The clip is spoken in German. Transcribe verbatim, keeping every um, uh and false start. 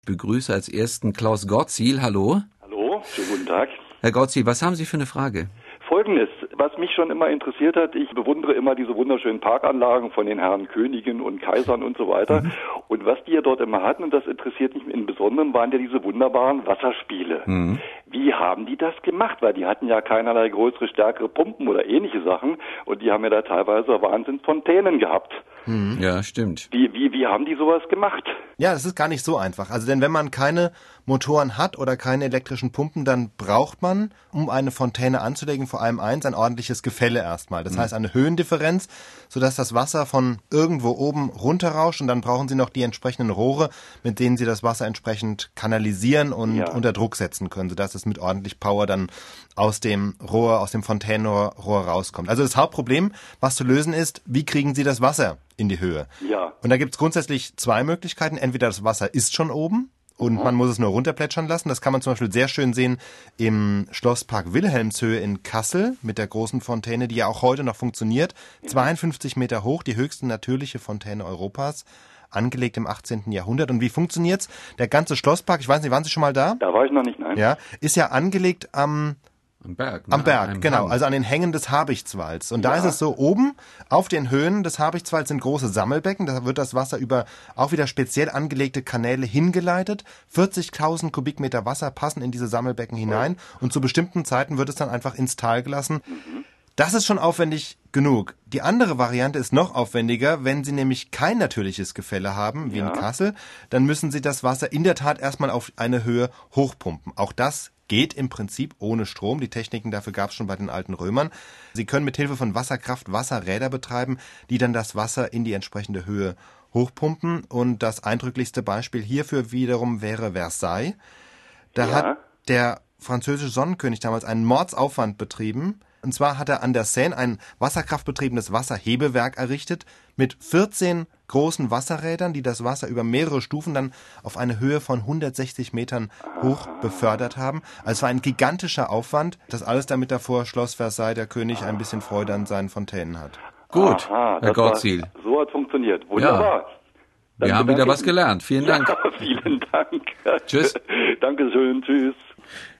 begrüße als ersten Klaus Gorziel. Hallo. Hallo, schönen guten Tag. Herr Gorziel, was haben Sie für eine Frage? Folgendes, was mich schon immer interessiert hat, ich bewundere immer diese wunderschönen Parkanlagen von den Herren Königen und Kaisern und so weiter. Mhm. Und was die ja dort immer hatten, und das interessiert mich im Besonderen, waren ja diese wunderbaren Wasserspiele. Mhm. Wie haben die das gemacht? Weil die hatten ja keinerlei größere, stärkere Pumpen oder ähnliche Sachen. Und die haben ja da teilweise Wahnsinn Fontänen gehabt. Mhm. Ja, stimmt. Wie, wie, wie haben die sowas gemacht? Ja, das ist gar nicht so einfach. Also denn wenn man keine Motoren hat oder keine elektrischen Pumpen, dann braucht man, um eine Fontäne anzulegen, vor allem eins, ein ordentliches Gefälle erstmal. Das mhm. heißt eine Höhendifferenz, sodass das Wasser von irgendwo oben runterrauscht und dann brauchen Sie noch die entsprechenden Rohre, mit denen Sie das Wasser entsprechend kanalisieren und ja. unter Druck setzen können, sodass es mit ordentlich Power dann aus dem Rohr, aus dem Fontänenrohr Rohr rauskommt. Also das Hauptproblem, was zu lösen ist, wie kriegen Sie das Wasser in die Höhe? Ja. Und da gibt es grundsätzlich zwei Möglichkeiten. Entweder das Wasser ist schon oben und mhm. man muss es nur runterplätschern lassen. Das kann man zum Beispiel sehr schön sehen im Schlosspark Wilhelmshöhe in Kassel mit der großen Fontäne, die ja auch heute noch funktioniert. Ja. zweiundfünfzig Meter hoch, die höchste natürliche Fontäne Europas, angelegt im achtzehnten Jahrhundert. Und wie funktioniert's? Der ganze Schlosspark, ich weiß nicht, waren Sie schon mal da? Da war ich noch nicht, nein. Ja, ist ja angelegt am... Am Berg. Ne? Am Berg, genau, Hang. Also an den Hängen des Habichtswalds. Und ja. da ist es so, oben auf den Höhen des Habichtswalds sind große Sammelbecken. Da wird das Wasser über auch wieder speziell angelegte Kanäle hingeleitet. vierzigtausend Kubikmeter Wasser passen in diese Sammelbecken hinein. Oh. Und zu bestimmten Zeiten wird es dann einfach ins Tal gelassen. Mhm. Das ist schon aufwendig genug. Die andere Variante ist noch aufwendiger. Wenn Sie nämlich kein natürliches Gefälle haben, wie ja. in Kassel, dann müssen Sie das Wasser in der Tat erstmal auf eine Höhe hochpumpen. Auch das geht im Prinzip ohne Strom. Die Techniken dafür gab es schon bei den alten Römern. Sie können mit Hilfe von Wasserkraft Wasserräder betreiben, die dann das Wasser in die entsprechende Höhe hochpumpen. Und das eindrücklichste Beispiel hierfür wiederum wäre Versailles. Da ja. hat der französische Sonnenkönig damals einen Mordsaufwand betrieben. Und zwar hat er an der Seine ein wasserkraftbetriebenes Wasserhebewerk errichtet mit vierzehn großen Wasserrädern, die das Wasser über mehrere Stufen dann auf eine Höhe von hundertsechzig Metern hoch befördert haben. Also es war ein gigantischer Aufwand. Das alles damit davor Schloss Versailles der König ein bisschen Freude an seinen Fontänen hat. Gut, Aha, Herr Gorziel. So hat es funktioniert. Wunderbar. Ja. Wir haben wieder was gelernt. Vielen Dank. Ja, vielen Dank. Tschüss. Dankeschön. Tschüss.